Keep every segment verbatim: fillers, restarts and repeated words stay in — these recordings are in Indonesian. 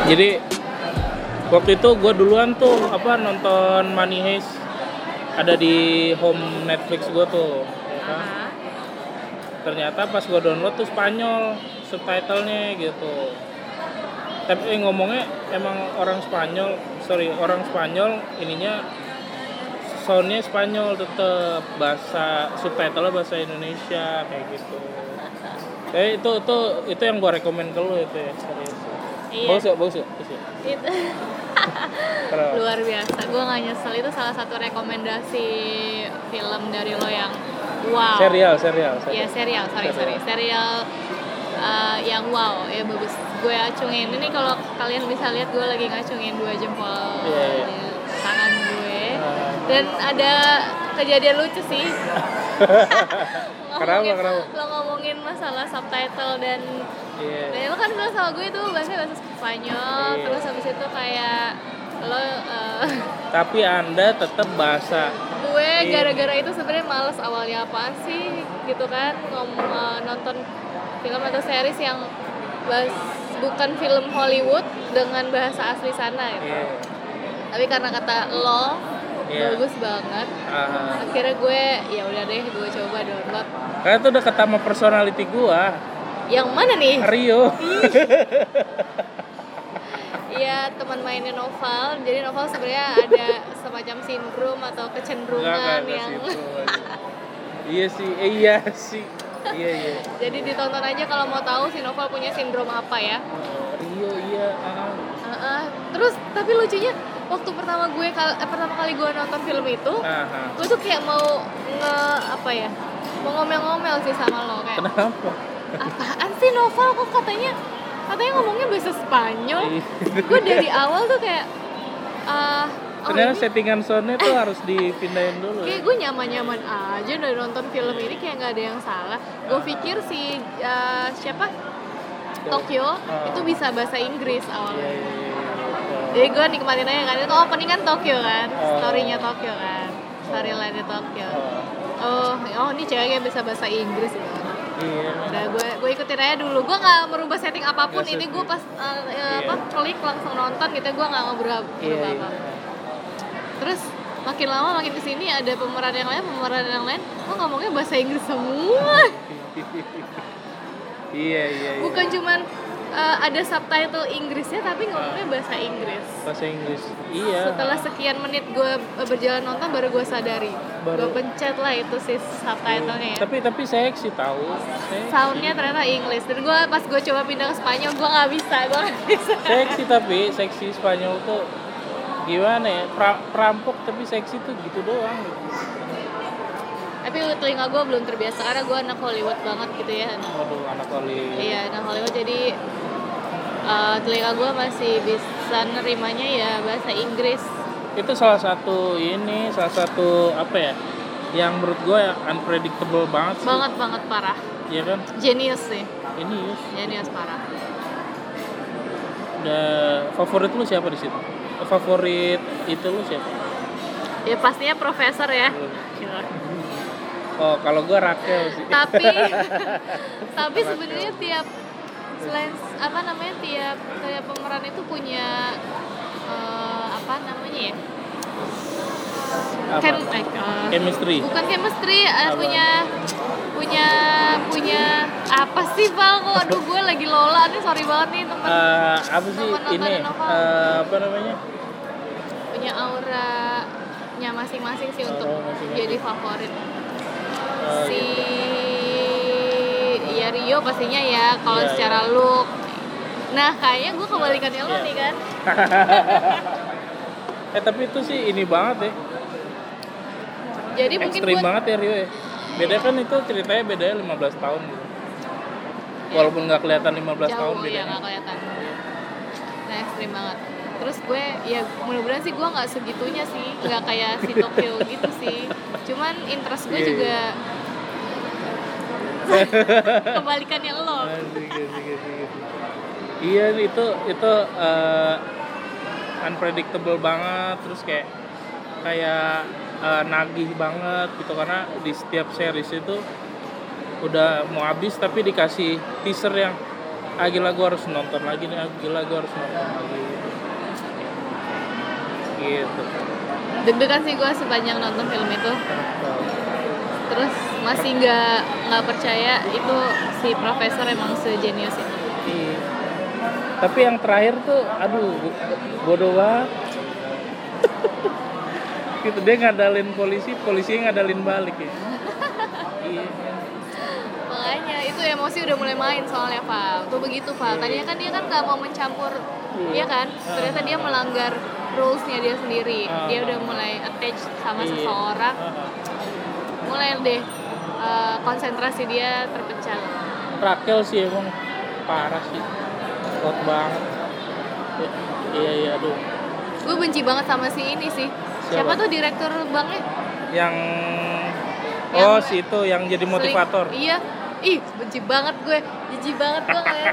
Jadi waktu itu gue duluan tuh apa nonton Money Heist ada di home Netflix gue tuh, ya kan? Aha. Ternyata pas gue download tuh Spanyol subtitlenya gitu. Tapi eh, ngomongnya emang orang Spanyol, sorry orang Spanyol ininya soundnya Spanyol tetep, bahasa subtitlenya bahasa Indonesia kayak gitu. Kayak itu itu itu yang gue rekomen ke lu itu ya serius. Iya. Bagus ya, bagus ya, bagus ya. Itu Kenapa? luar biasa. Gue nggak nyesel, itu salah satu rekomendasi film dari lo yang wow. Serial, serial, serial. Iya serial, sorry Serial. sorry serial uh, yang wow ya bagus. Gue acungin ini kalau kalian bisa lihat gue lagi ngacungin dua jempol Iya, iya. di tangan gue. Ah. Dan ada kejadian lucu sih. Kenapa, Ngomongin- kenapa? Lo ngomongin masalah subtitle dan Iya. dan lo kan bilang sama gue itu bahasa bahasa Spanyol, Iya. terus habis itu kayak lo uh, Tapi Anda tetap bahasa. gue Iya. gara-gara itu sebenarnya males awalnya apaan sih gitu kan ngom- uh, nonton film atau series yang bahas, bukan film Hollywood dengan bahasa asli sana gitu. Iya. Tapi karena kata lo Iya. bagus banget, Ah. akhirnya gue ya udah deh gue coba download. Karena itu udah ketama personality gua, Yang mana nih? Rio. Iya teman mainnya Noval, jadi Noval sebenarnya ada semacam sindrom atau Enggak kecenderungan kayak yang situ. Iya sih, eh, iya sih. Iya, iya. jadi ditonton aja kalau mau tahu si Noval punya sindrom apa ya. Oh, Rio iya. ah. Uh-uh. Terus tapi lucunya waktu pertama gue kal- eh, pertama kali gue nonton film itu, Nah, nah. gue tuh kayak mau nge apa ya, mau ngomel-ngomel sih sama lo kayak Kenapa? apaan sih Noval kok katanya katanya ngomongnya bahasa Spanyol. Iya. Gue dari awal tuh kayak ah oh Ternyata ini settingan soundnya tuh harus dipindahin dulu. kayak Ya? gue nyaman-nyaman aja udah nonton film ini kayak nggak ada yang salah. Gue pikir si uh, siapa Tokyo Ah. itu bisa bahasa Inggris Iya, awalnya. iya, iya. Oh. Jadi gue nikmatin aja kan, itu opening kan Tokyo kan, Oh. story-nya Tokyo kan, storyline-nya Tokyo. Oh. Oh, oh ini ceweknya bisa bahasa Inggris gitu. Iya. Udah gue gue ikutin aja dulu, gue nggak merubah setting apapun. Nggak Ini set- gue pas uh, Iya. apa klik langsung nonton gitu, gue nggak mau berubah Iya, berubah iya. apa. Terus makin lama makin kesini ada pemeran yang lain, pemeran yang lain, kok ngomongnya bahasa Inggris semua. Iya, iya, iya. Bukan cuman uh, ada subtitle Inggrisnya, tapi ngomongnya bahasa Inggris. Bahasa Inggris. Iya. Setelah sekian menit gue berjalan nonton baru gue sadari. Baru- Gue pencet lah itu si subtitlenya ya. Tapi tapi saya sih tahu. Saya Soundnya ternyata English. Dan gue pas gue coba pindah ke Spanyol gue nggak bisa, gue nggak bisa. seksi tapi seksi Spanyol tuh gimana ya? Pra- perampok tapi seksi tuh gitu doang. Tapi telinga gue belum terbiasa karena gue anak Hollywood banget gitu ya. Waduh, anak kali. Iya, anak Hollywood jadi uh, telinga gue masih bisa nerimanya ya bahasa Inggris. Itu salah satu ini, salah satu apa ya? Yang menurut gue unpredictable banget sih. Banget banget parah. Iya kan? Genius sih, Ini Yus. genius parah. Udah favorit lu siapa di situ? Favorit itu lu siapa? Ya pastinya profesor ya. Gila. Oh, kalau gue Raquel sih. tapi tapi sebenarnya tiap selain apa namanya tiap tiap pemeran itu punya eh, apa namanya ya Apa? Chem, eh, eh, Chemistry. bukan chemistry eh, Apa? punya punya punya apa sih Val kok aduh gue lagi lola nih sorry banget nih teman Eh, apa sih Temen nonton ini? novel. eh, apa namanya? punya aura nya masing-masing sih untuk Aura masing-masing. jadi favorit Eh, si gitu. ya Rio pastinya ya kalau Iya, secara iya. look. Nah kayaknya gue kebalikannya lo Iya. nih kan. Eh tapi itu sih ini banget ya. Jadi mungkin Ekstrim gue banget ya Rio ya. Beda kan itu ceritanya bedanya lima belas tahun gitu. Walaupun nggak kelihatan lima belas tahun jauh ya bedanya. nggak kelihatan. Nah ekstrim banget. Terus gue ya mudah-mudahan sih gue nggak segitunya sih, nggak kayak si Tokyo gitu sih. Cuman interest gue Iya, juga kebalikannya lo. Asik, asik, asik, asik. Iya itu itu eh, unpredictable banget terus kayak kayak eh, nagih banget gitu karena di setiap series itu udah mau habis tapi dikasih teaser yang ah gila gue harus nonton lagi nih, ah gila gue harus nonton lagi gitu. Deg-degan sih gue sepanjang nonton film itu. Terus masih nggak nggak percaya itu si profesor emang sejenius itu. Iya. Tapi yang terakhir tuh aduh bodoh banget. Gitu dia ngadalin polisi, polisinya ngadalin balik ya. Iya. Makanya itu emosi udah mulai main soalnya Val. Tuh begitu Val. Tadinya kan dia kan nggak mau mencampur, iya kan? Ternyata dia melanggar rules-nya dia sendiri. Dia udah mulai attach sama seseorang. Mulai deh uh, konsentrasi dia terpecah. Rakel sih emang parah sih. Kuat banget. Iya iya aduh. Gue benci banget sama si ini sih. Siapa, Siapa tuh direktur banknya? Yang oh si itu yang jadi motivator. Sering, iya. Ih, benci banget gue. Jijik banget gue kayak.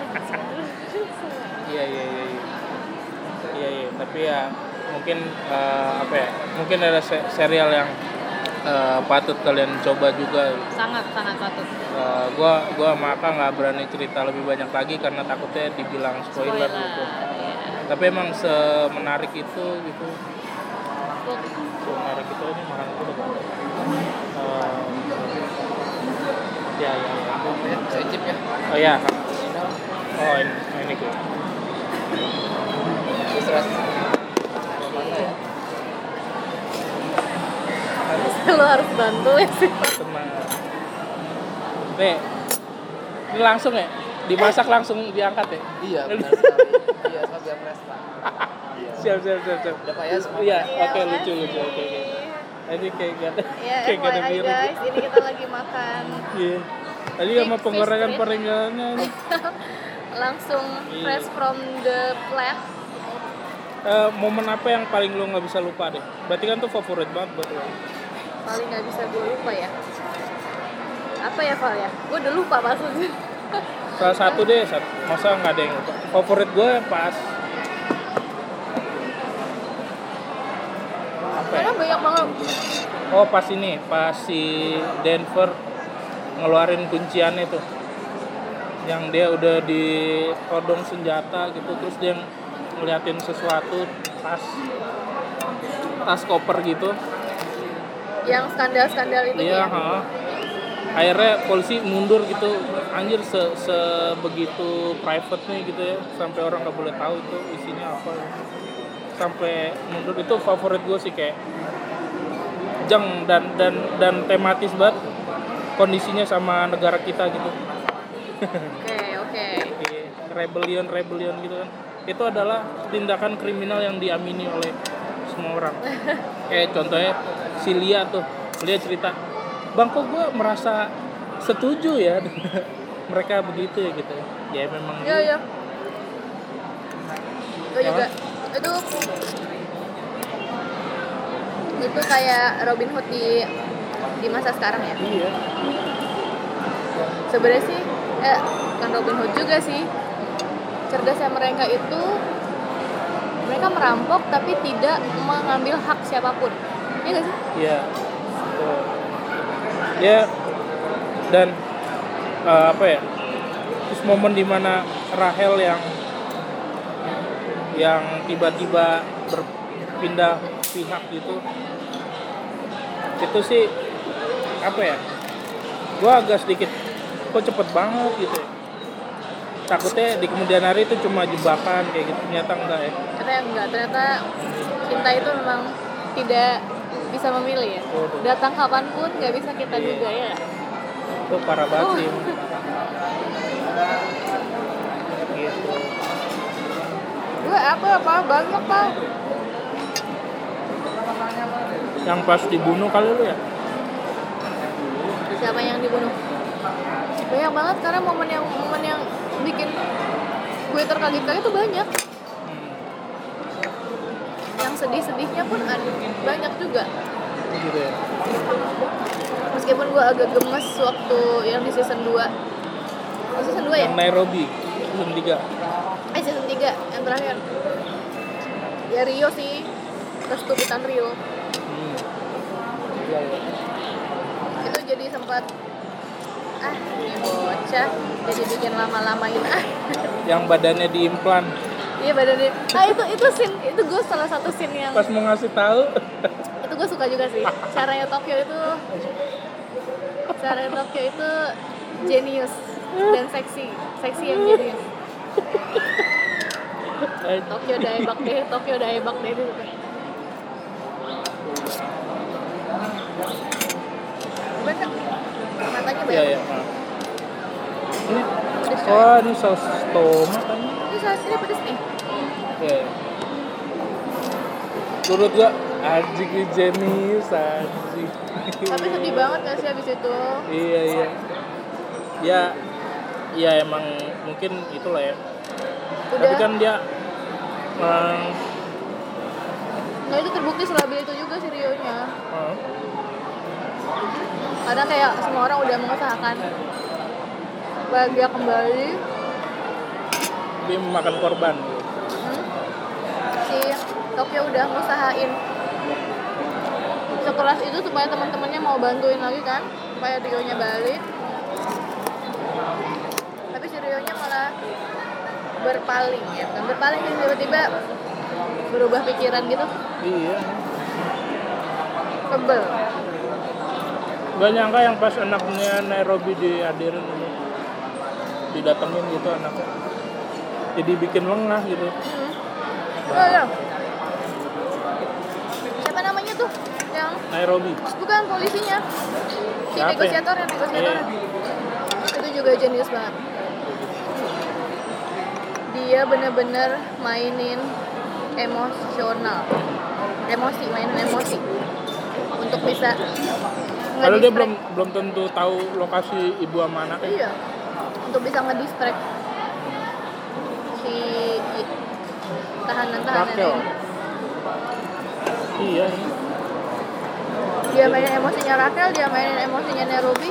Iya iya iya. Iya iya, tapi ya mungkin uh, apa ya? Mungkin ada se- serial yang uh, patut kalian coba juga. Sangat sangat patut. Uh, gua gua maka nggak berani cerita lebih banyak lagi karena takutnya dibilang spoiler, spoiler. gitu. Yeah. Tapi emang semenarik itu gitu. Semenarik itu ini makan itu udah. Uh, ya ya. ya. Saya chip ya. Oh ya. Oh ini ini gue. Terus lo harus bantu ya sih. Tenang. Nih, ini langsung ya? Dimasak langsung diangkat ya? Iya, benar sekali. Iya, sebagai Presta. Iya. Siap, siap, siap, siap. Udah Pak ya semua. Iya, Iya, oke, kan? lucu, lucu, oke, oke. Ini kayak gak ada, Ya, kayak gak ada F Y I mirip. guys, ini kita lagi makan. Iya. Tadi Big sama fish penggorengan strip. peringatannya. Langsung Iya. fresh from the plant. Uh, momen apa yang paling lo nggak bisa lupa deh? Berarti kan tuh favorit banget buat lo. Paling nggak bisa gue lupa ya. Apa ya Val ya? Gue udah lupa maksudnya. Salah satu deh, satu. Masa nggak ada yang lupa? Favorit gue pas apa ya? Karena banyak banget. Oh pas ini, pas si Denver ngeluarin kunciannya tuh, yang dia udah ditodong senjata gitu, terus dia ngeliatin sesuatu tas tas koper gitu. Yang skandal-skandal itu Iya, ya. ha. Akhirnya polisi mundur gitu, anjir se sebegitu private nya gitu ya, sampai orang nggak boleh tahu itu isinya apa. Sampai mundur itu favorit gue sih, kayak jeng dan dan dan tematis banget kondisinya sama negara kita gitu. Oke, oke. Rebellion rebellion gitu kan. Itu adalah tindakan kriminal yang diamini oleh semua orang. Kayak contohnya si Lia tuh, Lia cerita, bang kok gue merasa setuju ya mereka begitu ya gitu. Ya memang. Iya iya. Gue juga. Itu itu kayak Robin Hood di di masa sekarang ya. Iya. Sebenarnya sih, eh kan Robin Hood juga sih. Cerdasnya mereka itu mereka merampok tapi tidak mengambil hak siapapun. Iya gak sih? Iya. Betul. Ya dan uh, apa ya? Terus momen dimana Rahel yang yang tiba-tiba berpindah pihak gitu, itu sih apa ya? Gua agak sedikit kok cepet banget gitu ya. Takutnya di kemudian hari itu cuma jebakan kayak gitu, ternyata enggak ya. Ternyata enggak, ternyata cinta itu memang tidak bisa memilih ya. Datang kapanpun nggak bisa kita duga ya. Itu parah banget Oh. sih. Gitu. Gue apa apa banyak pak. Yang pas dibunuh kali lu ya? Siapa yang dibunuh? Banyak banget karena momen yang momen yang bikin gue terkaget-kaget tuh banyak. Hmm. Yang sedih-sedihnya pun ada banyak juga. Gitu ya. Meskipun gue agak gemes waktu yang di season dua. Oh, season dua ya? Yang Nairobi season tiga. Eh season tiga yang terakhir. Ya Rio sih. Kestupitan Rio. Hmm. Iya, iya. Itu jadi sempat ah ini bocah jadi bikin lama-lamain ah. Yang badannya diimplan. Iya badannya. Ah itu itu scene itu gue salah satu scene yang Pas mau ngasih tahu. itu gue suka juga sih. Caranya Tokyo itu caranya Tokyo itu genius dan seksi, seksi yang genius. Tokyo Daebak deh, Tokyo Daebak deh itu. Banyak matanya Iya banyak. ya. Ini oh ini saus tomat kan? Ini saus ini pedes nih. Iya. Menurut gua anjing ini jenius anjing. Tapi sedih banget gak sih abis itu? Iya iya. Ya ya emang mungkin itulah ya. Udah. Tapi kan dia um, Nah itu terbukti selabil itu juga si Rio-nya. uh, Karena kayak semua orang udah mengusahakan bahagia kembali. dia memakan korban. Hmm. Si Tokyo udah ngusahain sekeras itu supaya teman-temannya mau bantuin lagi kan supaya Rio-nya balik. Tapi si Rio-nya malah berpaling ya kan berpaling dan tiba-tiba berubah pikiran gitu. Iya. Kebel. Gak nyangka yang pas anaknya Nairobi dihadirin gitu. Didatengin gitu anaknya. Jadi bikin lengah gitu. Hmm. Oh, ya. Siapa namanya tuh yang Nairobi. bukan polisinya si Siapa ya? negosiatornya negosiatornya itu juga jenius banget. Dia bener-bener mainin emosional emosi mainin emosi untuk bisa Kalau dia ngedistract. belum belum tentu tahu lokasi ibu sama anaknya. Iya untuk bisa ngedistract si tahanan-tahanan Rakel. ini. Iya. Dia mainin emosinya Rakel, dia mainin emosinya Nairobi.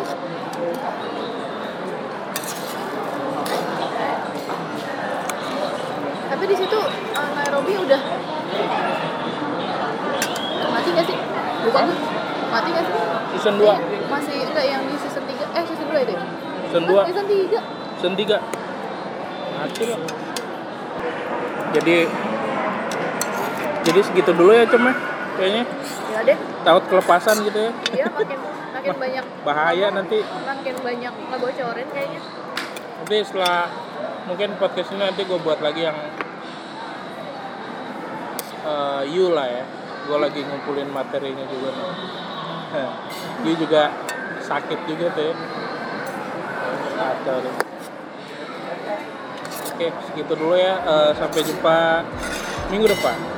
Tapi di situ uh, Nairobi udah mati nggak sih? Bukan tuh mati nggak sih? Season dua. Masih enggak yang di season tiga eh season dua itu ya? Season dua. Kan season tiga. Season tiga. Mati lah. Jadi jadi segitu dulu ya cuma kayaknya. Ya deh. Takut kelepasan gitu ya. Iya makin makin banyak Bahaya nanti. makin banyak ngebocorin kayaknya. Nanti setelah mungkin podcast ini nanti gue buat lagi yang uh, you lah ya. Gue lagi ngumpulin materinya juga nih. You juga sakit juga tuh ya. Kacau deh. Oke, segitu dulu ya. Uh, sampai jumpa minggu depan.